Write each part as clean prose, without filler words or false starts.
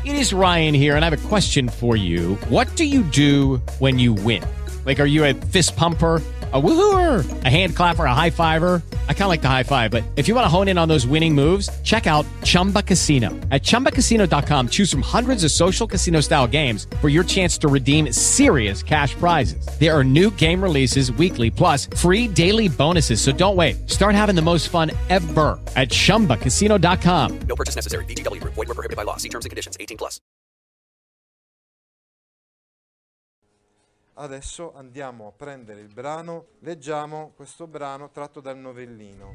It is Ryan here, and I have a question for you. What do you do when you win? Like, are you a fist pumper, a woohooer, a hand clapper, a high fiver? I kind of like the high five, but if you want to hone in on those winning moves, check out Chumba Casino. At ChumbaCasino.com, choose from hundreds of social casino style games for your chance to redeem serious cash prizes. There are new game releases weekly, plus free daily bonuses. So don't wait. Start having the most fun ever at ChumbaCasino.com. No purchase necessary. VGW Group. Void where prohibited by law. See terms and conditions. 18+. Adesso andiamo a prendere il brano, leggiamo questo brano tratto dal novellino.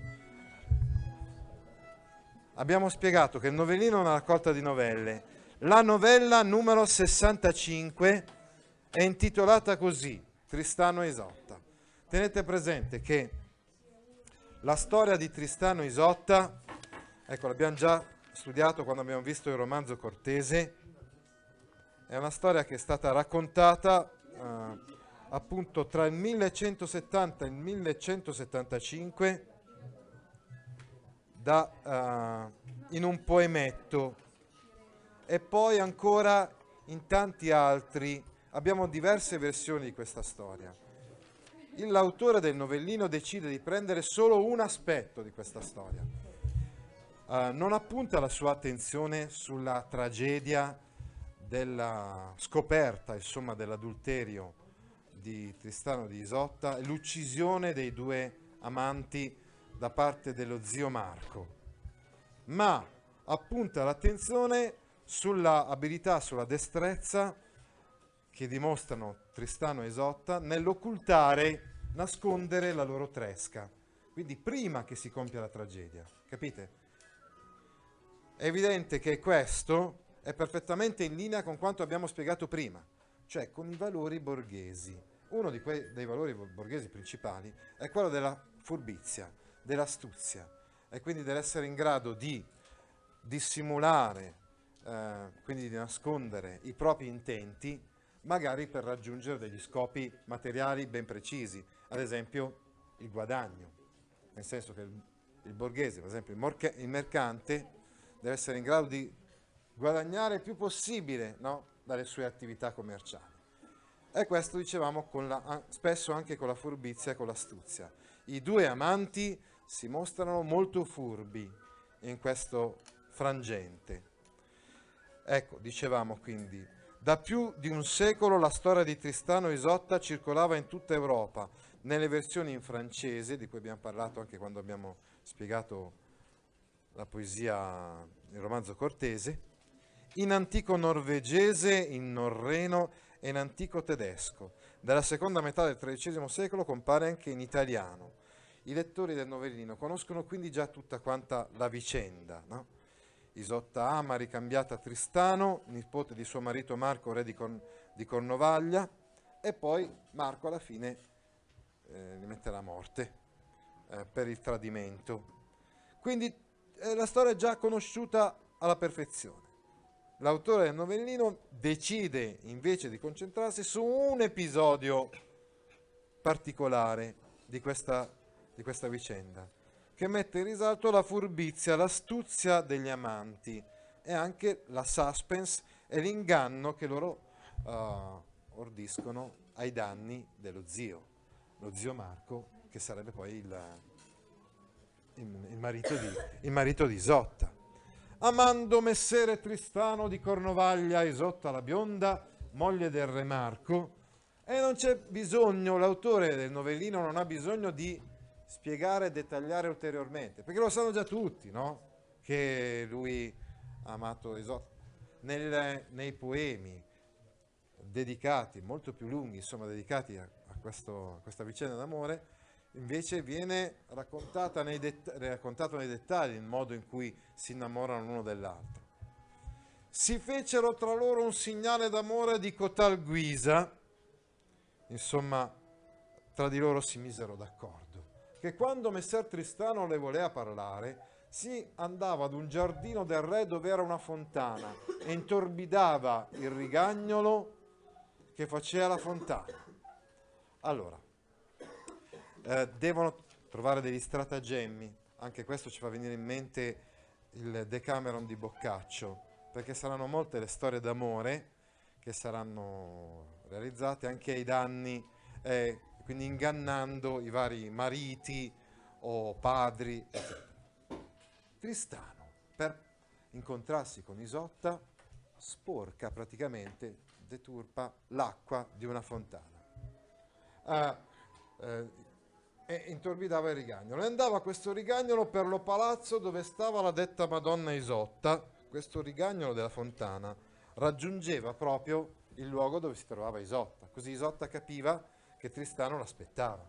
Abbiamo spiegato che il novellino è una raccolta di novelle. La novella numero 65 è intitolata così, Tristano e Isotta. Tenete presente che la storia di Tristano e Isotta, ecco, l'abbiamo già studiato quando abbiamo visto il romanzo Cortese, è una storia che è stata raccontata appunto tra il 1170 e il 1175 in un poemetto, e poi ancora in tanti altri. Abbiamo diverse versioni di questa storia. L'autore del novellino decide di prendere solo un aspetto di questa storia. Non appunta la sua attenzione sulla tragedia della scoperta, insomma, dell'adulterio di Tristano di Isotta e l'uccisione dei due amanti da parte dello zio Marco, ma appunta l'attenzione sulla abilità, sulla destrezza che dimostrano Tristano e Isotta nell'occultare, nascondere la loro tresca, quindi prima che si compia la tragedia, capite? È evidente che questo è perfettamente in linea con quanto abbiamo spiegato prima, cioè con i valori borghesi. Uno dei valori borghesi principali è quello della furbizia, dell'astuzia, e quindi dell'essere in grado di dissimulare, quindi di nascondere i propri intenti, magari per raggiungere degli scopi materiali ben precisi, ad esempio il guadagno, nel senso che il borghese, per esempio il mercante, deve essere in grado di guadagnare il più possibile, no? Dalle sue attività commerciali. E questo dicevamo spesso anche con la furbizia e con l'astuzia. I due amanti si mostrano molto furbi in questo frangente. Ecco, dicevamo quindi, da più di un secolo la storia di Tristano e Isotta circolava in tutta Europa, nelle versioni in francese, di cui abbiamo parlato anche quando abbiamo spiegato la poesia, il romanzo Cortese, in antico norvegese, in norreno e in antico tedesco. Dalla seconda metà del XIII secolo compare anche in italiano. I lettori del novellino conoscono quindi già tutta quanta la vicenda, no? Isotta ama, ricambiata Tristano, nipote di suo marito Marco, re di Cornovaglia, e poi Marco alla fine gli mette la morte per il tradimento. Quindi la storia è già conosciuta alla perfezione. L'autore del novellino decide invece di concentrarsi su un episodio particolare di questa vicenda, che mette in risalto la furbizia, l'astuzia degli amanti e anche la suspense e l'inganno che loro ordiscono ai danni dello zio, lo zio Marco, che sarebbe poi il marito di Isotta. Amando messere Tristano di Cornovaglia, Isotta la bionda, moglie del re Marco, e non c'è bisogno, l'autore del novellino non ha bisogno di spiegare e dettagliare ulteriormente, perché lo sanno già tutti, no? Che lui ha amato Isotta. Nei poemi dedicati, molto più lunghi, insomma, dedicati a questa vicenda d'amore, invece viene raccontato nei dettagli il modo in cui si innamorano l'uno dell'altro. Si fecero tra loro un segnale d'amore di cotal guisa, insomma, tra di loro si misero d'accordo, che quando messer Tristano le voleva parlare, si andava ad un giardino del re dove era una fontana e intorbidava il rigagnolo che faceva la fontana. Allora, devono trovare degli stratagemmi, anche questo ci fa venire in mente il Decameron di Boccaccio, perché saranno molte le storie d'amore che saranno realizzate anche ai danni, quindi ingannando i vari mariti o padri, eccetera. Tristano, per incontrarsi con Isotta, sporca praticamente, deturpa l'acqua di una fontana. E intorbidava il rigagnolo. E andava questo rigagnolo per lo palazzo dove stava la detta Madonna Isotta. Questo rigagnolo della fontana raggiungeva proprio il luogo dove si trovava Isotta. Così Isotta capiva che Tristano l'aspettava.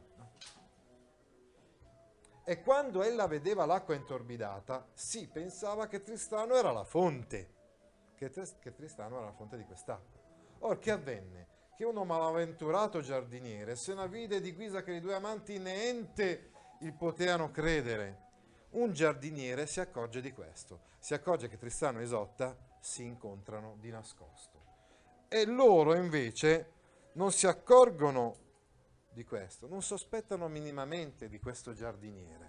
E quando ella vedeva l'acqua intorbidata, si pensava che Tristano era la fonte, che Tristano era la fonte di quest'acqua. Or che avvenne? Che uno malaventurato giardiniere se ne vide di guisa che i due amanti neente il poteano credere. Un giardiniere si accorge di questo, si accorge che Tristano e Isotta si incontrano di nascosto. E loro invece non si accorgono di questo, non sospettano minimamente di questo giardiniere.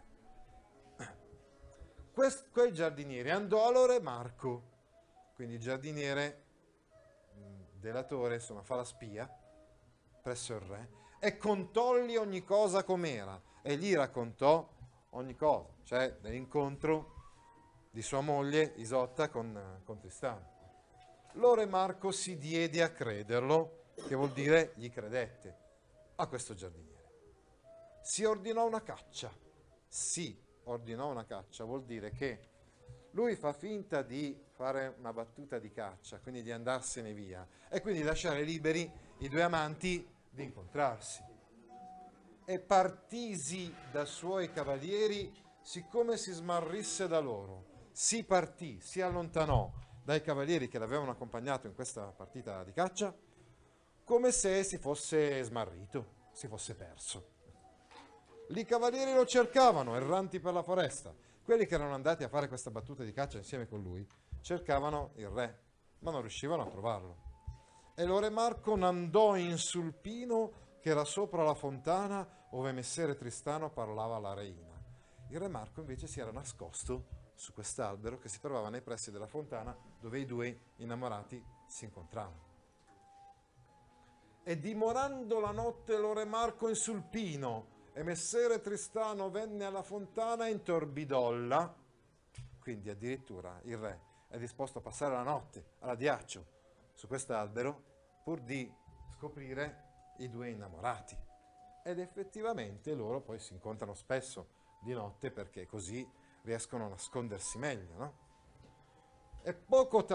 Quel giardiniere andò a Lore Marco, quindi il giardiniere delatore, insomma, fa la spia presso il re e contollì ogni cosa com'era e gli raccontò ogni cosa, cioè dell'incontro di sua moglie Isotta con Tristano. Lore Marco si diede a crederlo, che vuol dire gli credette a questo giardiniere. Si ordinò una caccia. Si ordinò una caccia, vuol dire che lui fa finta di fare una battuta di caccia, quindi di andarsene via, e quindi lasciare liberi i due amanti di incontrarsi. E partisi da suoi cavalieri, siccome si smarrisse da loro, si partì, si allontanò dai cavalieri che l'avevano accompagnato in questa partita di caccia, come se si fosse smarrito, si fosse perso. I cavalieri lo cercavano, erranti per la foresta. Quelli che erano andati a fare questa battuta di caccia insieme con lui cercavano il re, ma non riuscivano a trovarlo. E Lore Marco andò in sul pino che era sopra la fontana ove messere Tristano parlava alla reina. Il re Marco invece si era nascosto su quest'albero che si trovava nei pressi della fontana dove i due innamorati si incontravano. E dimorando la notte Lore Marco in sul pino, e messere Tristano venne alla fontana e intorbidolla, quindi addirittura il re è disposto a passare la notte all'addiaccio su quest'albero pur di scoprire i due innamorati. Ed effettivamente loro poi si incontrano spesso di notte perché così riescono a nascondersi meglio, no? E poco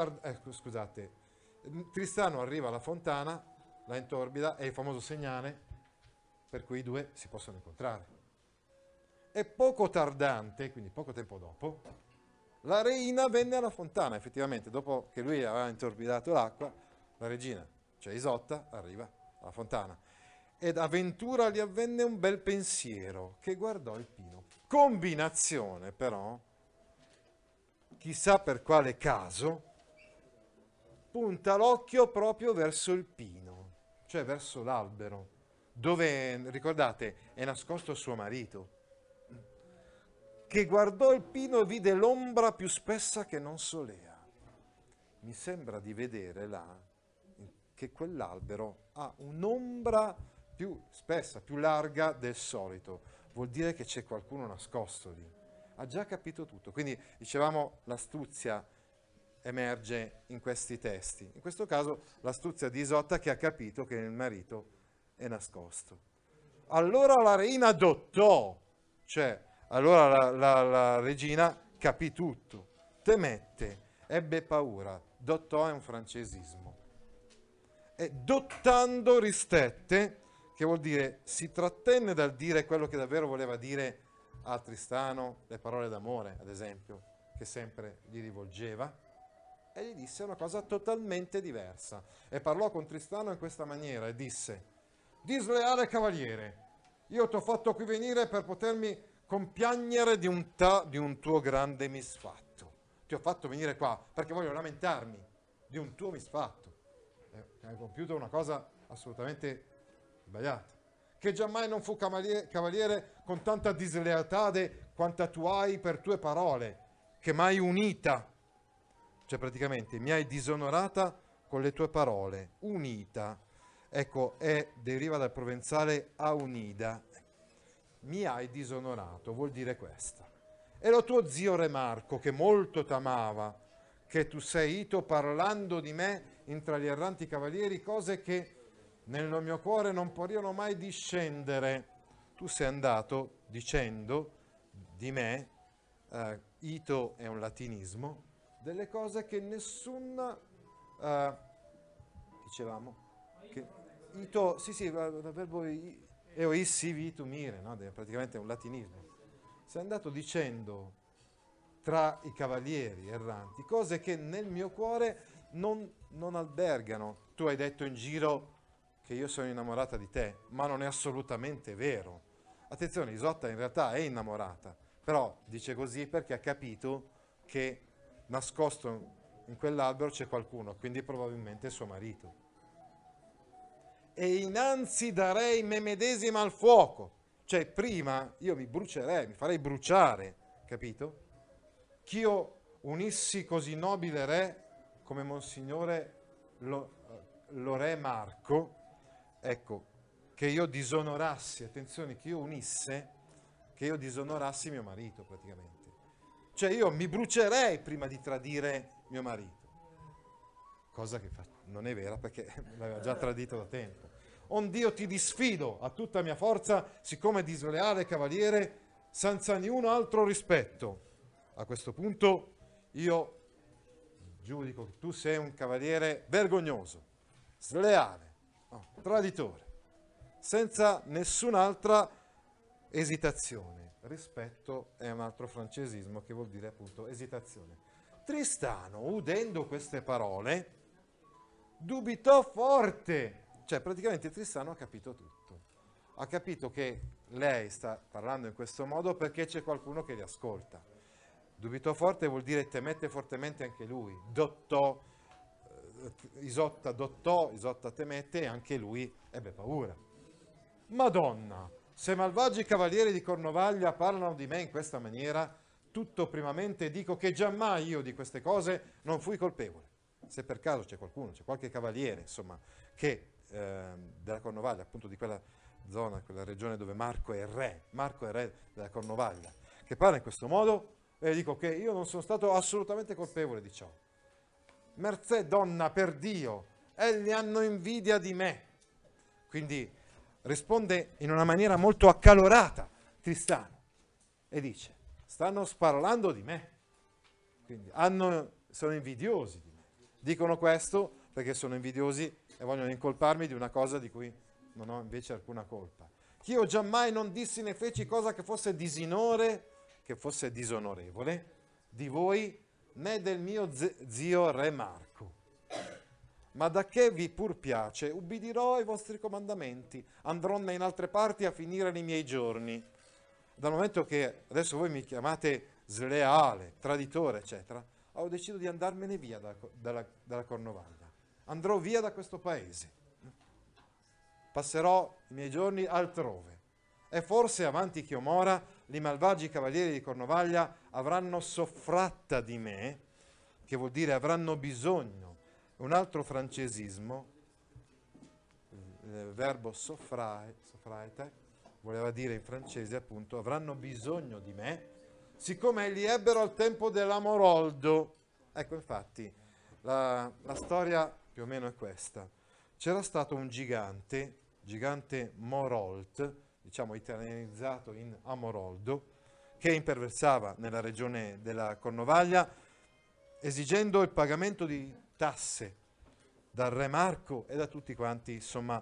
Tristano arriva alla fontana, la intorbida, è il famoso segnale per cui i due si possono incontrare. E poco tardante, quindi poco tempo dopo, la reina venne alla fontana. Effettivamente, dopo che lui aveva intorbidato l'acqua, la regina, cioè Isotta, arriva alla fontana. Ed a Ventura gli avvenne un bel pensiero, che guardò il pino. Combinazione, però, chissà per quale caso, punta l'occhio proprio verso il pino, cioè verso l'albero, dove, ricordate, è nascosto suo marito, che guardò il pino e vide l'ombra più spessa che non solea. Mi sembra di vedere là che quell'albero ha un'ombra più spessa, più larga del solito. Vuol dire che c'è qualcuno nascosto lì. Ha già capito tutto. Quindi, dicevamo, l'astuzia emerge in questi testi. In questo caso, l'astuzia di Isotta che ha capito che il marito è nascosto. Allora la reina adottò, cioè allora la regina capì tutto, temette, ebbe paura, dottò è un francesismo. E dottando ristette, che vuol dire si trattenne dal dire quello che davvero voleva dire a Tristano, le parole d'amore, ad esempio, che sempre gli rivolgeva, e gli disse una cosa totalmente diversa. E parlò con Tristano in questa maniera e disse: disleale cavaliere, io t'ho fatto qui venire per potermi compiagnere di un tuo grande misfatto. Ti ho fatto venire qua perché voglio lamentarmi di un tuo misfatto. Hai compiuto una cosa assolutamente sbagliata. Che giammai non fu cavaliere con tanta dislealtade quanta tu hai per tue parole, che mai unita cioè praticamente mi hai disonorata con le tue parole, unita, ecco, deriva dal provenzale a unida, mi hai disonorato, vuol dire questo. E lo tuo zio Re Marco, che molto t'amava, che tu sei ito parlando di me intra gli erranti cavalieri, cose che nel mio cuore non potevano mai discendere. Tu sei andato dicendo di me, ito è un latinismo, delle cose che nessun, dicevamo, che ito, sì, dal verbo eo issi vitu mire, no? Praticamente è un latinismo. Sei andato dicendo tra i cavalieri erranti cose che nel mio cuore non albergano. Tu hai detto in giro che io sono innamorata di te, ma non è assolutamente vero. Attenzione, Isotta in realtà è innamorata, però dice così perché ha capito che nascosto in quell'albero c'è qualcuno, quindi probabilmente suo marito. E innanzi darei me medesima al fuoco, cioè prima io mi brucerei, mi farei bruciare, capito? Ch'io unissi così nobile re come Monsignore lo re Marco, ecco, che io disonorassi, attenzione, che io unisse, che io disonorassi mio marito praticamente. Cioè io mi brucerei prima di tradire mio marito, cosa che non è vera perché l'aveva già tradito da tempo. Ond'io ti disfido a tutta mia forza, siccome disleale cavaliere, senza niun altro rispetto. A questo punto io giudico che tu sei un cavaliere vergognoso, sleale, no, traditore, senza nessun'altra esitazione. Rispetto è un altro francesismo che vuol dire appunto esitazione. Tristano, udendo queste parole, dubitò forte. Cioè praticamente Tristano ha capito tutto. Ha capito che lei sta parlando in questo modo perché c'è qualcuno che li ascolta. Dubitò forte vuol dire temette fortemente anche lui. Dottò, Isotta temette e anche lui ebbe paura. Madonna, se malvagi cavalieri di Cornovaglia parlano di me in questa maniera, tutto primamente dico che giammai io di queste cose non fui colpevole. Se per caso c'è qualcuno, c'è qualche cavaliere, insomma, che della Cornovaglia, appunto di quella zona, quella regione dove Marco è re della Cornovaglia, che parla in questo modo, e dico che io non sono stato assolutamente colpevole di ciò. Mercè donna, per Dio, egli hanno invidia di me. Quindi risponde in una maniera molto accalorata Tristano e dice, stanno parlando di me, quindi sono invidiosi di me. Dicono questo perché sono invidiosi e vogliono incolparmi di una cosa di cui non ho invece alcuna colpa. Che io giammai non dissi né feci cosa che fosse disinore, che fosse disonorevole di voi né del mio zio Re Marco. Ma da che vi pur piace, ubbidirò ai vostri comandamenti, andronna in altre parti a finire i miei giorni. Dal momento che adesso voi mi chiamate sleale, traditore, eccetera, ho deciso di andarmene via dalla Cornovaglia. Andrò via da questo paese. Passerò i miei giorni altrove. E forse avanti che io mora, i malvagi cavalieri di Cornovaglia avranno soffratta di me, che vuol dire avranno bisogno. Un altro francesismo, il verbo soffraite, voleva dire in francese appunto, avranno bisogno di me, siccome li ebbero al tempo dell'Amoroldo. Ecco, infatti, la storia più o meno è questa. C'era stato un gigante Morolt, diciamo italianizzato in Amoroldo, che imperversava nella regione della Cornovaglia, esigendo il pagamento di tasse dal Re Marco e da tutti quanti, insomma,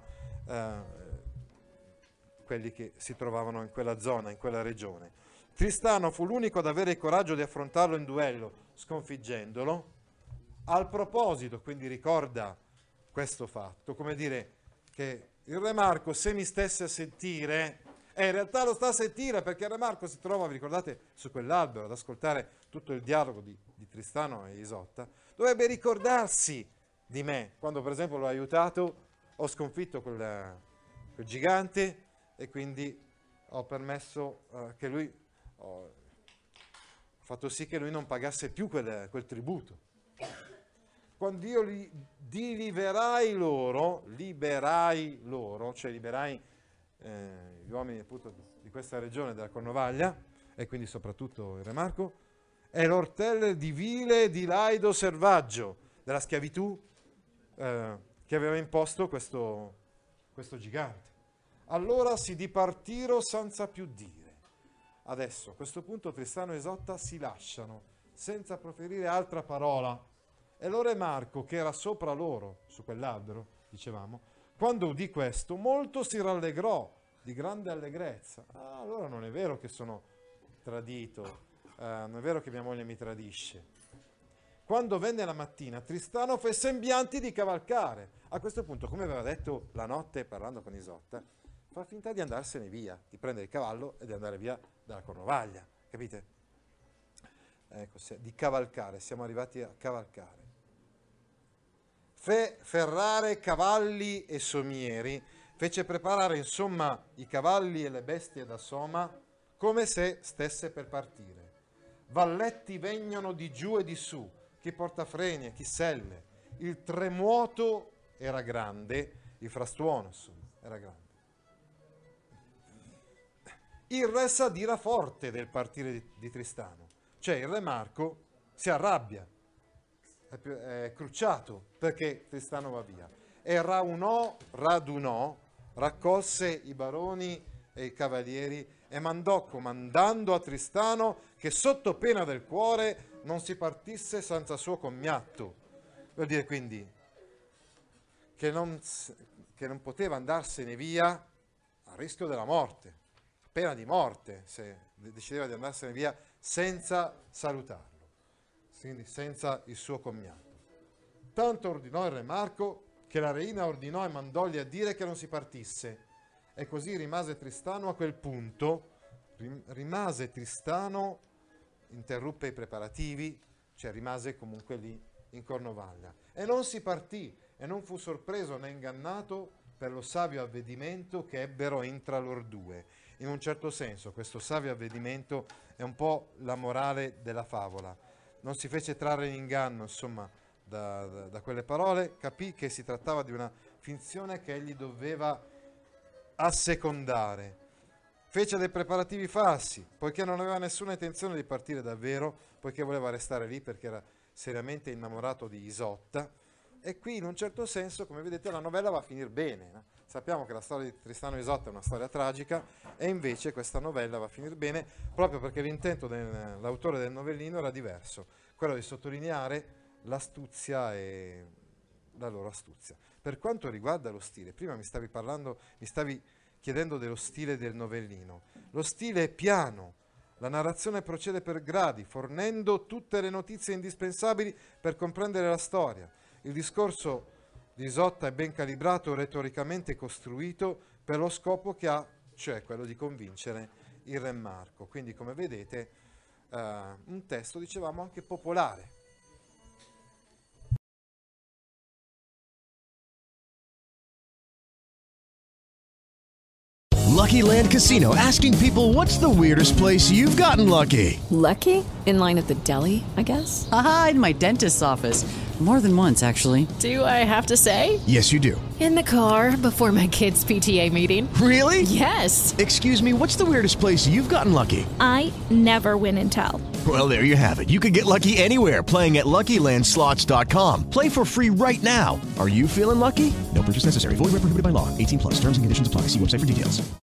quelli che si trovavano in quella zona, in quella regione. Tristano fu l'unico ad avere il coraggio di affrontarlo in duello, sconfiggendolo. Al proposito, quindi ricorda questo fatto, come dire che il Re Marco, se mi stesse a sentire, in realtà lo sta a sentire perché il Re Marco si trova, vi ricordate, su quell'albero ad ascoltare tutto il dialogo di Tristano e Isotta, dovrebbe ricordarsi di me, quando per esempio l'ho aiutato, ho sconfitto quel gigante e quindi ho permesso che lui, ho fatto sì che lui non pagasse più quel tributo. Quando Dio liberai loro, cioè liberai gli uomini appunto di questa regione della Cornovaglia, e quindi soprattutto il Re Marco, è l'ortelle di vile e di laido selvaggio della schiavitù che aveva imposto questo gigante. Allora si dipartiro senza più dire. Adesso, a questo punto, Tristano e Isotta si lasciano senza proferire altra parola. E lo Re Marco, che era sopra loro, su quell'albero, dicevamo, quando udì questo, molto si rallegrò di grande allegrezza. Ah, allora non è vero che sono tradito, non è vero che mia moglie mi tradisce. Quando venne la mattina, Tristano fe sembianti di cavalcare. A questo punto, come aveva detto la notte parlando con Isotta, fa finta di andarsene via, di prendere il cavallo e di andare via dalla Cornovaglia, capite? Ecco, di cavalcare, siamo arrivati a cavalcare. Fe ferrare cavalli e somieri, fece preparare insomma i cavalli e le bestie da Soma come se stesse per partire. Valletti vegnono di giù e di su, chi porta freni e chi selle. Il tremuoto era grande, il frastuono insomma era grande. Il re s'adira forte del partire di Tristano, cioè il Re Marco si arrabbia, è crucciato perché Tristano va via, e radunò, raccolse i baroni e i cavalieri e mandò comandando a Tristano che sotto pena del cuore non si partisse senza suo commiatto. Vuol dire quindi che non poteva andarsene via a rischio della morte, pena di morte se decideva di andarsene via senza salutarlo, quindi senza il suo commiato. Tanto ordinò il Re Marco che la reina ordinò e mandògli a dire che non si partisse, e così rimase Tristano a quel punto, interruppe i preparativi, cioè rimase comunque lì in Cornovaglia, e non si partì, e non fu sorpreso né ingannato per lo savio avvedimento che ebbero intra lor due. In un certo senso questo savio avvedimento è un po' la morale della favola. Non si fece trarre in inganno, insomma, da quelle parole, capì che si trattava di una finzione che egli doveva assecondare. Fece dei preparativi falsi, poiché non aveva nessuna intenzione di partire davvero, poiché voleva restare lì perché era seriamente innamorato di Isotta. E qui in un certo senso, come vedete, la novella va a finire bene, no? Sappiamo che la storia di Tristano e Isotta è una storia tragica, e invece questa novella va a finire bene proprio perché l'intento dell'autore del novellino era diverso, quello di sottolineare l'astuzia e la loro astuzia. Per quanto riguarda lo stile, prima mi stavi chiedendo dello stile del novellino. Lo stile è piano, la narrazione procede per gradi, fornendo tutte le notizie indispensabili per comprendere la storia. Il discorso di Isotta è ben calibrato, retoricamente costruito per lo scopo che ha, cioè quello di convincere il Re Marco. Quindi, come vedete, un testo, dicevamo, anche popolare. Lucky Land Casino, asking people, what's the weirdest place you've gotten lucky? Lucky? In line at the deli, I guess? Aha, in my dentist's office. More than once, actually. Do I have to say? Yes, you do. In the car before my kids' PTA meeting. Really? Yes. Excuse me, what's the weirdest place you've gotten lucky? I never win and tell. Well, there you have it. You can get lucky anywhere, playing at LuckyLandSlots.com. Play for free right now. Are you feeling lucky? No purchase necessary. Void where prohibited by law. 18+. Terms and conditions apply. See website for details.